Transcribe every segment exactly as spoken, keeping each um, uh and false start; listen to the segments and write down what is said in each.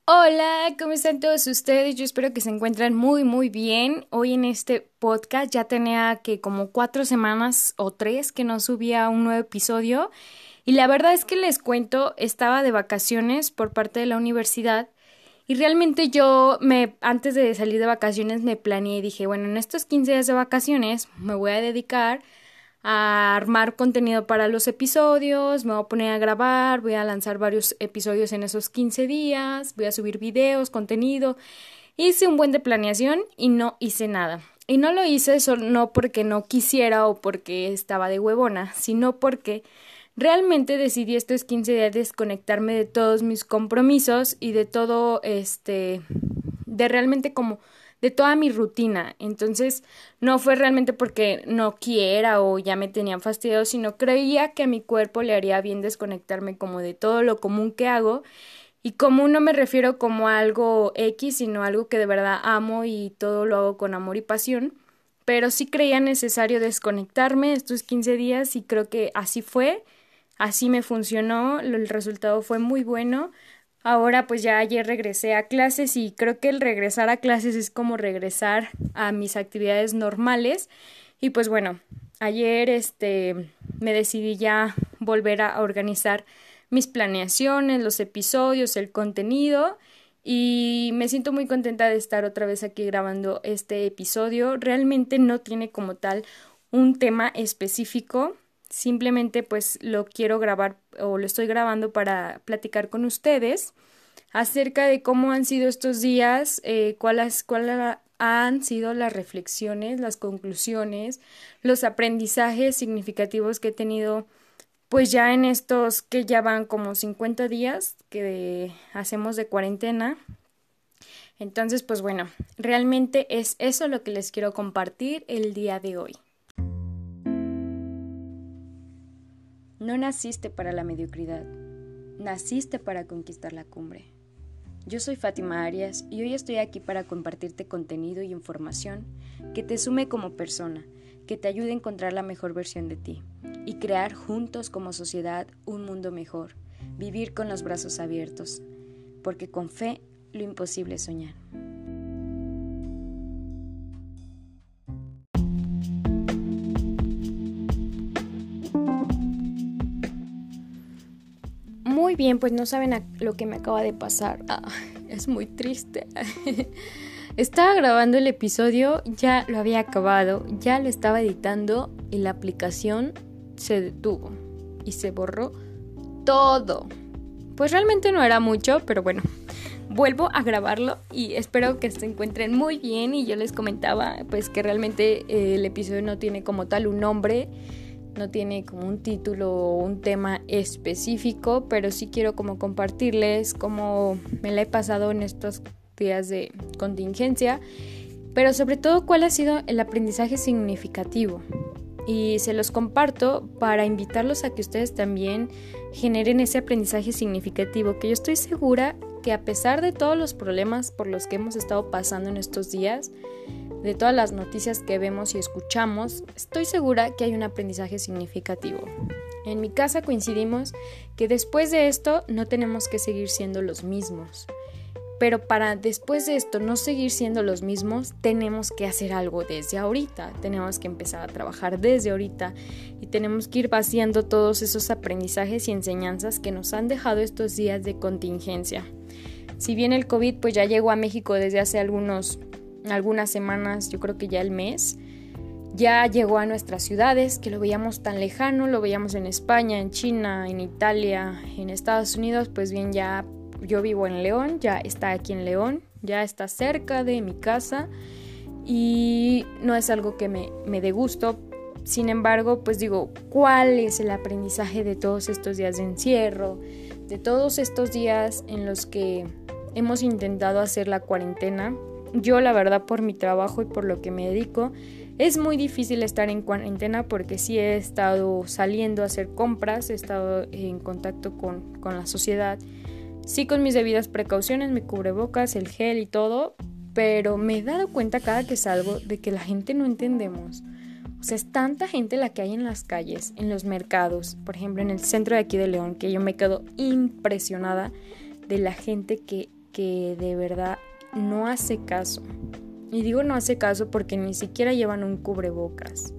Hola, ¿cómo están todos ustedes? Yo espero que se encuentren muy muy bien. Hoy en este podcast ya tenía que como cuatro semanas o tres que no subía un nuevo episodio y la verdad es que les cuento, estaba de vacaciones por parte de la universidad y realmente yo me antes de salir de vacaciones me planeé y dije, bueno, en estos quince días de vacaciones me voy a dedicar a armar contenido para los episodios, me voy a poner a grabar, voy a lanzar varios episodios en esos quince días, voy a subir videos, contenido. Hice un buen de planeación y no hice nada. Y no lo hice eso no porque no quisiera o porque estaba de huevona, sino porque realmente decidí estos quince días desconectarme de todos mis compromisos y de todo este, de realmente como de toda mi rutina. Entonces no fue realmente porque no quiera o ya me tenían fastidiado, sino creía que a mi cuerpo le haría bien desconectarme como de todo lo común que hago. Y común no me refiero como a algo X, sino algo que de verdad amo y todo lo hago con amor y pasión. Pero sí creía necesario desconectarme estos quince días y creo que así fue, así me funcionó, el resultado fue muy bueno. Ahora pues ya ayer regresé a clases y creo que el regresar a clases es como regresar a mis actividades normales y pues bueno, ayer este me decidí ya volver a organizar mis planeaciones, los episodios, el contenido y me siento muy contenta de estar otra vez aquí grabando este episodio. Realmente no tiene como tal un tema específico. Simplemente pues lo quiero grabar o lo estoy grabando para platicar con ustedes acerca de cómo han sido estos días, eh, cuáles cuál han sido las reflexiones, las conclusiones, los aprendizajes significativos que he tenido pues ya en estos que ya van como cincuenta días que hacemos de cuarentena. Entonces pues bueno, realmente es eso lo que les quiero compartir el día de hoy. No naciste para la mediocridad, naciste para conquistar la cumbre. Yo soy Fátima Arias y hoy estoy aquí para compartirte contenido y información que te sume como persona, que te ayude a encontrar la mejor versión de ti y crear juntos como sociedad un mundo mejor, vivir con los brazos abiertos, porque con fe lo imposible es soñar. Muy bien, pues no saben a lo que me acaba de pasar. Ah, es muy triste. Estaba grabando el episodio, ya lo había acabado, ya lo estaba editando y la aplicación se detuvo y se borró todo. Pues realmente no era mucho, pero bueno, vuelvo a grabarlo y espero que se encuentren muy bien. Y yo les comentaba pues que realmente eh, el episodio no tiene como tal un nombre, no tiene como un título o un tema específico, pero sí quiero como compartirles cómo me la he pasado en estos días de contingencia, pero sobre todo cuál ha sido el aprendizaje significativo. Y se los comparto para invitarlos a que ustedes también generen ese aprendizaje significativo, que yo estoy segura que a pesar de todos los problemas por los que hemos estado pasando en estos días, de todas las noticias que vemos y escuchamos, estoy segura que hay un aprendizaje significativo. En mi casa coincidimos que después de esto no tenemos que seguir siendo los mismos. Pero para después de esto no seguir siendo los mismos, tenemos que hacer algo desde ahorita. Tenemos que empezar a trabajar desde ahorita y tenemos que ir vaciando todos esos aprendizajes y enseñanzas que nos han dejado estos días de contingencia. Si bien el COVID pues ya llegó a México desde hace algunos algunas semanas, yo creo que ya el mes, ya llegó a nuestras ciudades, que lo veíamos tan lejano, lo veíamos en España, en China, en Italia, en Estados Unidos, pues bien, ya yo vivo en León, ya está aquí en León, ya está cerca de mi casa y no es algo que me, me dé gusto. Sin embargo, pues digo, ¿cuál es el aprendizaje de todos estos días de encierro, de todos estos días en los que hemos intentado hacer la cuarentena? Yo, la verdad, por mi trabajo y por lo que me dedico, es muy difícil estar en cuarentena porque sí he estado saliendo a hacer compras, he estado en contacto con, con la sociedad, sí con mis debidas precauciones, mi cubrebocas, el gel y todo, pero me he dado cuenta cada que salgo de que la gente no entendemos. O sea, es tanta gente la que hay en las calles, en los mercados, por ejemplo, en el centro de aquí de León, que yo me quedo impresionada de la gente que que de verdad no hace caso. Y digo no hace caso porque ni siquiera llevan un cubrebocas.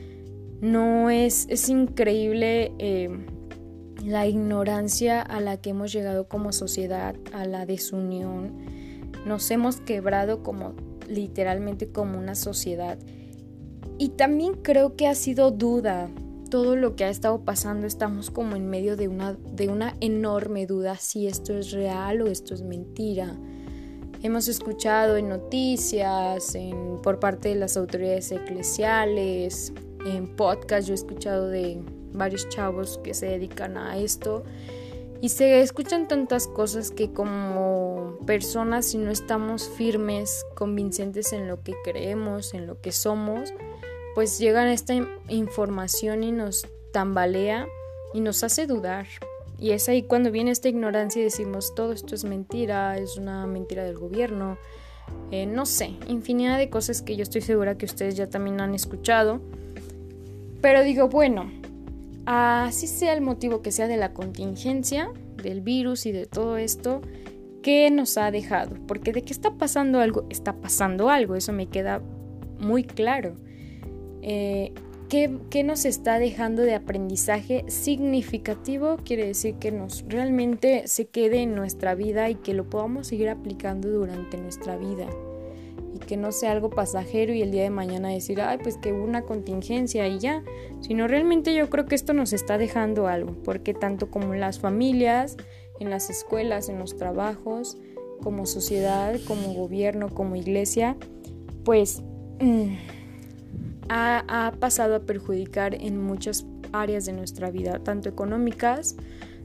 No es, es increíble eh, la ignorancia a la que hemos llegado como sociedad, a la desunión. Nos hemos quebrado como literalmente como una sociedad. Y también creo que ha sido duda. Todo lo que ha estado pasando, estamos como en medio de una, de una enorme duda si esto es real o esto es mentira. Hemos escuchado en noticias, en, por parte de las autoridades eclesiales, en podcast, yo he escuchado de varios chavos que se dedican a esto y se escuchan tantas cosas que como personas, si no estamos firmes, convincentes en lo que creemos, en lo que somos, pues llega esta información y nos tambalea y nos hace dudar. Y es ahí cuando viene esta ignorancia y decimos todo esto es mentira, es una mentira del gobierno, eh, no sé, infinidad de cosas que yo estoy segura que ustedes ya también han escuchado. Pero digo, bueno, así sea el motivo que sea de la contingencia, del virus y de todo esto, ¿qué nos ha dejado? Porque de que está pasando algo, está pasando algo, eso me queda muy claro. Eh, ¿qué, ¿Qué nos está dejando de aprendizaje significativo? Quiere decir que nos realmente se quede en nuestra vida y que lo podamos seguir aplicando durante nuestra vida. Y que no sea algo pasajero y el día de mañana decir, ay, pues que hubo una contingencia y ya. Sino realmente yo creo que esto nos está dejando algo. Porque tanto como en las familias, en las escuelas, en los trabajos, como sociedad, como gobierno, como iglesia, pues mmm, ha, ha pasado a perjudicar en muchas áreas de nuestra vida. Tanto económicas,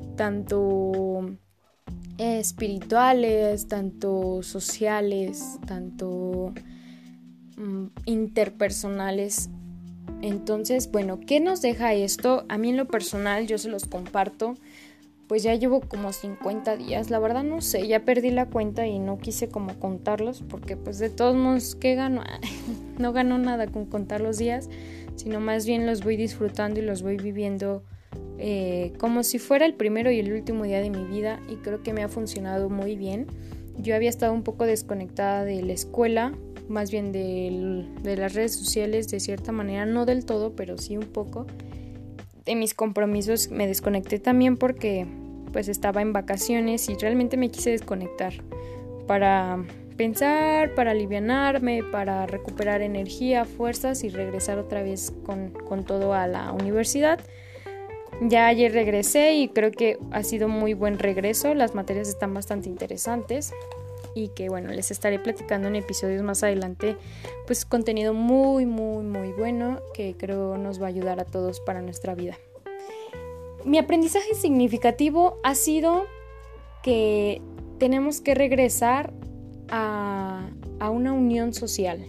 tanto espirituales, tanto sociales, tanto um, interpersonales. Entonces, bueno, ¿qué nos deja esto? A mí en lo personal, yo se los comparto, pues ya llevo como cincuenta días, la verdad no sé, ya perdí la cuenta y no quise como contarlos, porque pues de todos modos, ¿qué gano? No gano nada con contar los días, sino más bien los voy disfrutando y los voy viviendo Eh, como si fuera el primero y el último día de mi vida, y creo que me ha funcionado muy bien. Yo había estado un poco desconectada de la escuela, más bien de, de las redes sociales de cierta manera, no del todo, pero sí un poco. De mis compromisos me desconecté también porque pues estaba en vacaciones y realmente me quise desconectar para pensar, para alivianarme, para recuperar energía, fuerzas y regresar otra vez con, con todo a la universidad. Ya ayer regresé y creo que ha sido muy buen regreso, las materias están bastante interesantes y que bueno, les estaré platicando en episodios más adelante, pues contenido muy muy muy bueno que creo nos va a ayudar a todos para nuestra vida. Mi aprendizaje significativo ha sido que tenemos que regresar a, a una unión social.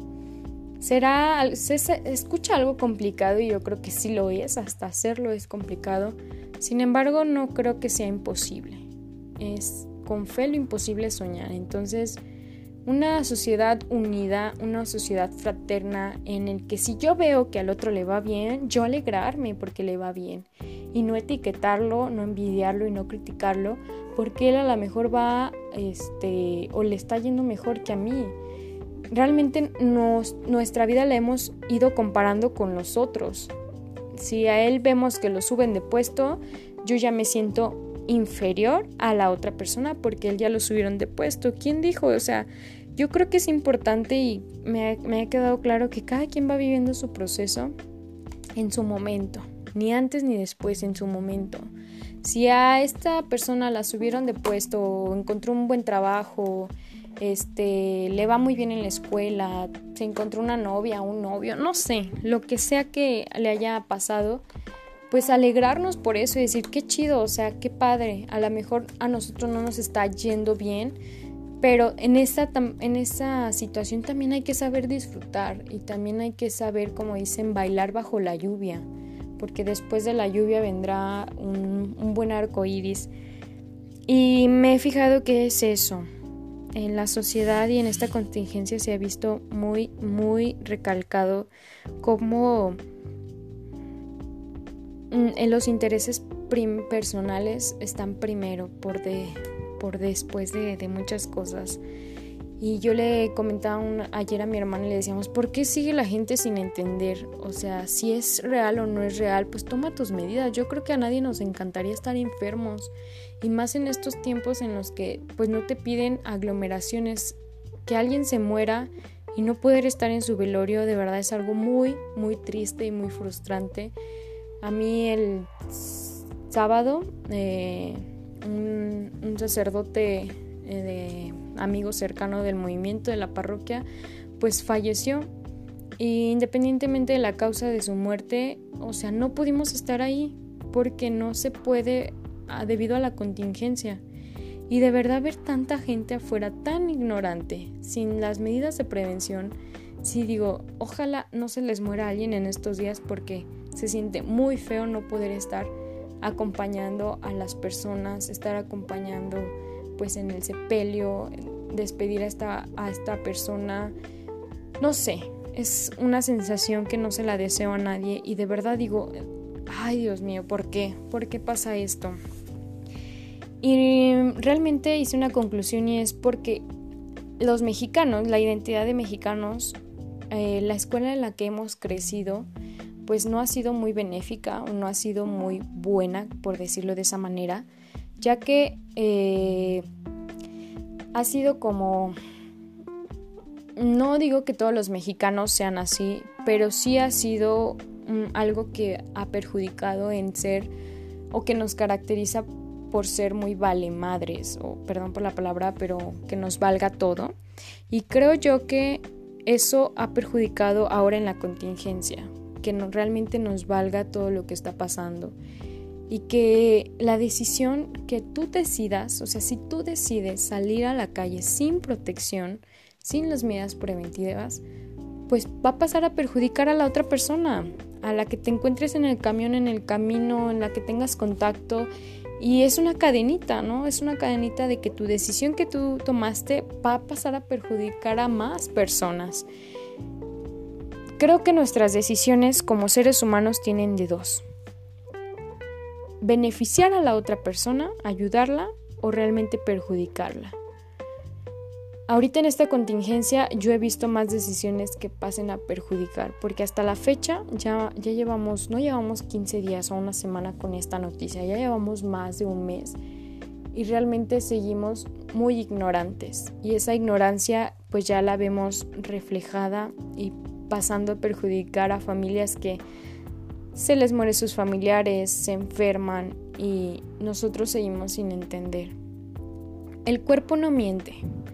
Será, se, se escucha algo complicado y yo creo que sí lo es, hasta hacerlo es complicado. Sin embargo, no creo que sea imposible. Es con fe lo imposible soñar. Entonces, una sociedad unida, una sociedad fraterna en el que si yo veo que al otro le va bien, yo alegrarme porque le va bien. Y no etiquetarlo, no envidiarlo y no criticarlo porque él a lo mejor va, este, o le está yendo mejor que a mí. Realmente nos, nuestra vida la hemos ido comparando con los otros. Si a él vemos que lo suben de puesto, yo ya me siento inferior a la otra persona porque él ya lo subieron de puesto. ¿Quién dijo? O sea, yo creo que es importante y me ha, me ha quedado claro que cada quien va viviendo su proceso en su momento. Ni antes ni después, en su momento. Si a esta persona la subieron de puesto o encontró un buen trabajo, Este, le va muy bien en la escuela, se encontró una novia, un novio, no sé, lo que sea que le haya pasado, pues alegrarnos por eso y decir qué chido, o sea, qué padre, a lo mejor a nosotros no nos está yendo bien, pero en esa, en esa situación también hay que saber disfrutar y también hay que saber, como dicen, bailar bajo la lluvia, porque después de la lluvia vendrá un, un buen arco iris. Y me he fijado que es eso. En la sociedad y en esta contingencia se ha visto muy, muy recalcado cómo en los intereses prim- personales están primero por, de, por después de, de muchas cosas. Y yo le comentaba un, ayer a mi hermana y le decíamos, ¿por qué sigue la gente sin entender? O sea, si es real o no es real, pues toma tus medidas. Yo creo que a nadie nos encantaría estar enfermos. Y más en estos tiempos en los que pues no te piden aglomeraciones. Que alguien se muera y no poder estar en su velorio, de verdad es algo muy, muy triste y muy frustrante. A mí el sábado, eh, un, un sacerdote eh, de... amigo cercano del movimiento de la parroquia, pues falleció. Y independientemente de la causa de su muerte, o sea, no pudimos estar ahí porque no se puede a, debido a la contingencia. Y de verdad ver tanta gente afuera tan ignorante, sin las medidas de prevención, sí digo, ojalá no se les muera alguien en estos días porque se siente muy feo no poder estar acompañando a las personas, estar acompañando pues en el sepelio, despedir a esta, a esta persona, no sé, es una sensación que no se la deseo a nadie y de verdad digo, ay Dios mío, ¿por qué? ¿Por qué pasa esto? Y realmente hice una conclusión y es porque los mexicanos, la identidad de mexicanos, eh, la escuela en la que hemos crecido, pues no ha sido muy benéfica o no ha sido muy buena, por decirlo de esa manera, ya que eh, ha sido como, no digo que todos los mexicanos sean así, pero sí ha sido um, algo que ha perjudicado en ser, o que nos caracteriza por ser muy vale madres, o perdón por la palabra, pero que nos valga todo. Y creo yo que eso ha perjudicado ahora en la contingencia, que no, realmente nos valga todo lo que está pasando. Y que la decisión que tú decidas, o sea, si tú decides salir a la calle sin protección, sin las medidas preventivas, pues va a pasar a perjudicar a la otra persona, a la que te encuentres en el camión, en el camino, en la que tengas contacto. Y es una cadenita, ¿no? Es una cadenita de que tu decisión que tú tomaste va a pasar a perjudicar a más personas. Creo que nuestras decisiones como seres humanos tienen de dos: beneficiar a la otra persona, ayudarla o realmente perjudicarla. Ahorita en esta contingencia yo he visto más decisiones que pasen a perjudicar, porque hasta la fecha ya, ya llevamos, no llevamos quince días o una semana con esta noticia, ya llevamos más de un mes y realmente seguimos muy ignorantes y esa ignorancia pues ya la vemos reflejada y pasando a perjudicar a familias que se les mueren sus familiares, se enferman y nosotros seguimos sin entender. El cuerpo no miente.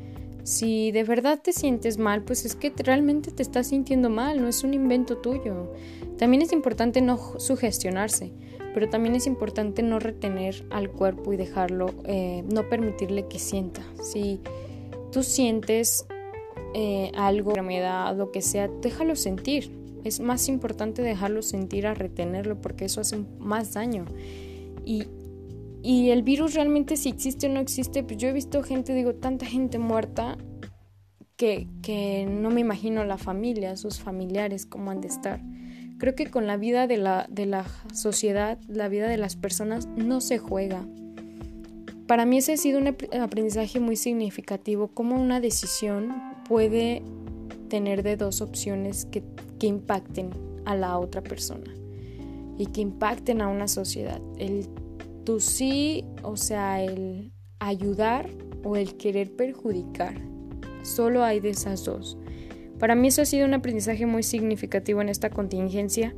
Si de verdad te sientes mal, pues es que realmente te estás sintiendo mal, no es un invento tuyo. También es importante no sugestionarse, pero también es importante no retener al cuerpo y dejarlo, eh, no permitirle que sienta. Si tú sientes eh, algo, enfermedad, lo que sea, déjalo sentir. Es más importante dejarlo sentir a retenerlo porque eso hace más daño. Y, y el virus realmente si existe o no existe, pues yo he visto gente, digo, tanta gente muerta que, que no me imagino la familia, sus familiares, cómo han de estar. Creo que con la vida de la, de la sociedad, la vida de las personas, no se juega. Para mí ese ha sido un aprendizaje muy significativo, cómo una decisión puede tener de dos opciones que, que impacten a la otra persona y que impacten a una sociedad. El tú sí, o sea, el ayudar o el querer perjudicar. Solo hay de esas dos. Para mí eso ha sido un aprendizaje muy significativo en esta contingencia.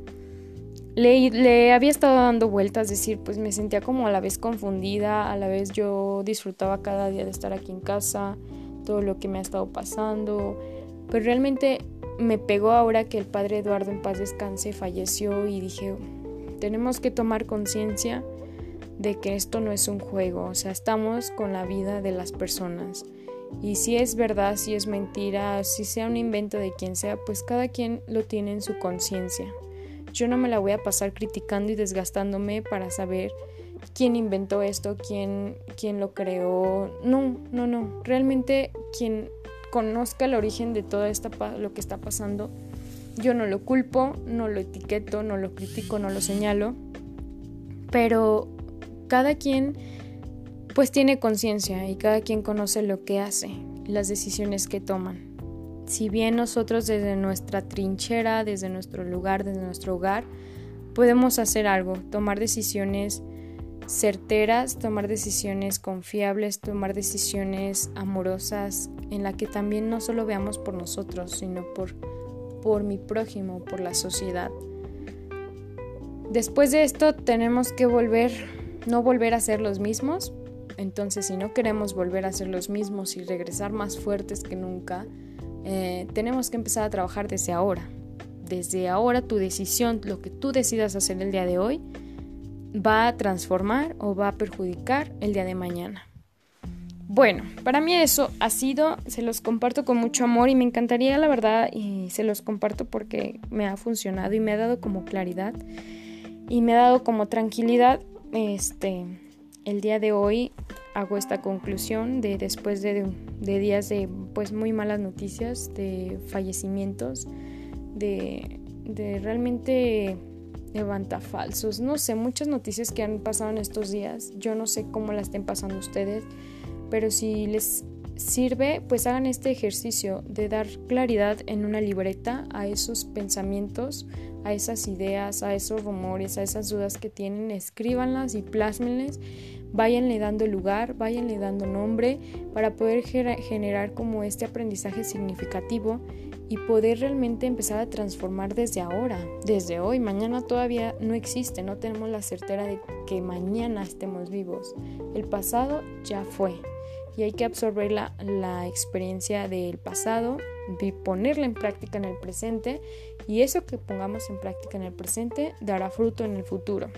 Le, le había estado dando vueltas, es decir, pues me sentía como a la vez confundida, a la vez yo disfrutaba cada día de estar aquí en casa, todo lo que me ha estado pasando, pero realmente me pegó ahora que el padre Eduardo en paz descanse falleció y dije, tenemos que tomar conciencia de que esto no es un juego, o sea, estamos con la vida de las personas. Y si es verdad, si es mentira, si sea un invento de quien sea, pues cada quien lo tiene en su conciencia. Yo no me la voy a pasar criticando y desgastándome para saber quién inventó esto, quién, quién lo creó. No, no, no. Realmente quien conozca el origen de todo esta, lo que está pasando, yo no lo culpo, no lo etiqueto, no lo critico, no lo señalo. Pero cada quien pues tiene conciencia y cada quien conoce lo que hace y las decisiones que toman. Si bien nosotros desde nuestra trinchera, desde nuestro lugar, desde nuestro hogar, podemos hacer algo, tomar decisiones certeras, tomar decisiones confiables, tomar decisiones amorosas en la que también no solo veamos por nosotros, sino por, por mi prójimo, por la sociedad. Después de esto tenemos que volver, no volver a ser los mismos. Entonces, si no queremos volver a ser los mismos y regresar más fuertes que nunca, eh, tenemos que empezar a trabajar desde ahora. Desde ahora tu decisión, lo que tú decidas hacer el día de hoy, va a transformar o va a perjudicar el día de mañana. Bueno, para mí eso ha sido, se los comparto con mucho amor y me encantaría, la verdad, y se los comparto porque me ha funcionado y me ha dado como claridad y me ha dado como tranquilidad. Este, el día de hoy hago esta conclusión de después de, de días de pues muy malas noticias, de fallecimientos, de, de realmente levantafalsos, no sé, muchas noticias que han pasado en estos días. Yo no sé cómo la estén pasando ustedes, pero si les sirve, pues hagan este ejercicio de dar claridad en una libreta a esos pensamientos, a esas ideas, a esos rumores, a esas dudas que tienen. Escríbanlas y plásmenles, váyanle dando lugar, váyanle dando nombre para poder generar como este aprendizaje significativo y poder realmente empezar a transformar desde ahora, desde hoy. Mañana todavía no existe, no tenemos la certeza de que mañana estemos vivos. El pasado ya fue y hay que absorber la, la experiencia del pasado, de ponerla en práctica en el presente, y eso que pongamos en práctica en el presente dará fruto en el futuro.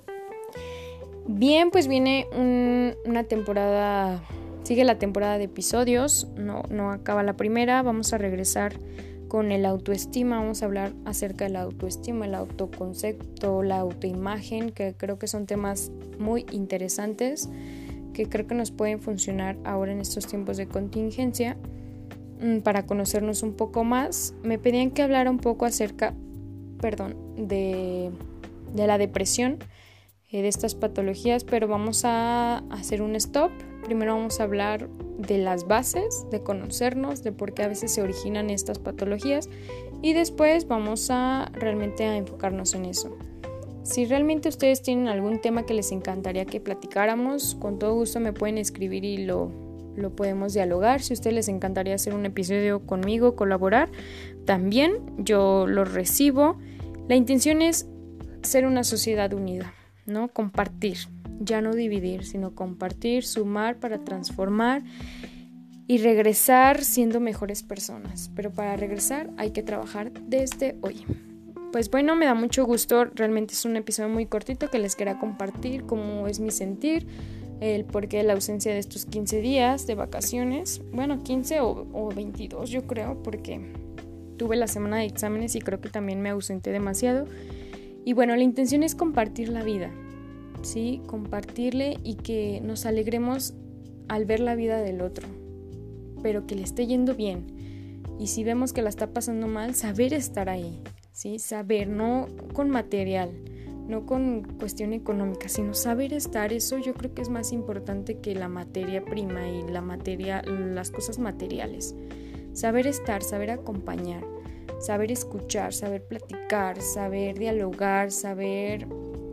Bien, pues viene un, una temporada, sigue la temporada de episodios, no, no acaba la primera, vamos a regresar con el autoestima, vamos a hablar acerca de la autoestima, el autoconcepto, la autoimagen, que creo que son temas muy interesantes, que creo que nos pueden funcionar ahora en estos tiempos de contingencia, para conocernos un poco más. Me pedían que hablara un poco acerca, perdón, de, de la depresión, de estas patologías, pero vamos a hacer un stop. Primero vamos a hablar de las bases, de conocernos, de por qué a veces se originan estas patologías, y después vamos a realmente a enfocarnos en eso. Si realmente ustedes tienen algún tema que les encantaría que platicáramos, con todo gusto me pueden escribir y lo, lo podemos dialogar. Si a ustedes les encantaría hacer un episodio conmigo, colaborar, también yo lo recibo. La intención es ser una sociedad unida, ¿no? Compartir, ya no dividir, sino compartir, sumar para transformar y regresar siendo mejores personas. Pero para regresar hay que trabajar desde hoy. Pues bueno, me da mucho gusto, realmente es un episodio muy cortito que les quería compartir cómo es mi sentir, el porqué de la ausencia de estos quince días de vacaciones, bueno, quince o, o veintidós yo creo, porque tuve la semana de exámenes y creo que también me ausenté demasiado. Y bueno, la intención es compartir la vida, ¿sí? Compartirle y que nos alegremos al ver la vida del otro, pero que le esté yendo bien. Y si vemos que la está pasando mal, saber estar ahí, ¿sí? Saber, no con material, no con cuestión económica, sino saber estar. Eso yo creo que es más importante que la materia prima y la materia, las cosas materiales. Saber estar, saber acompañar, saber escuchar, saber platicar, saber dialogar, saber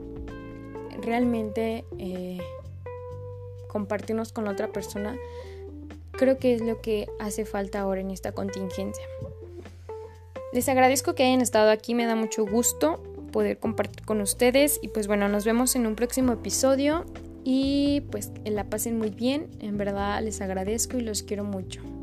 realmente eh, compartirnos con la otra persona. Creo que es lo que hace falta ahora en esta contingencia. Les agradezco que hayan estado aquí, me da mucho gusto poder compartir con ustedes y pues bueno, nos vemos en un próximo episodio y pues que la pasen muy bien, en verdad les agradezco y los quiero mucho.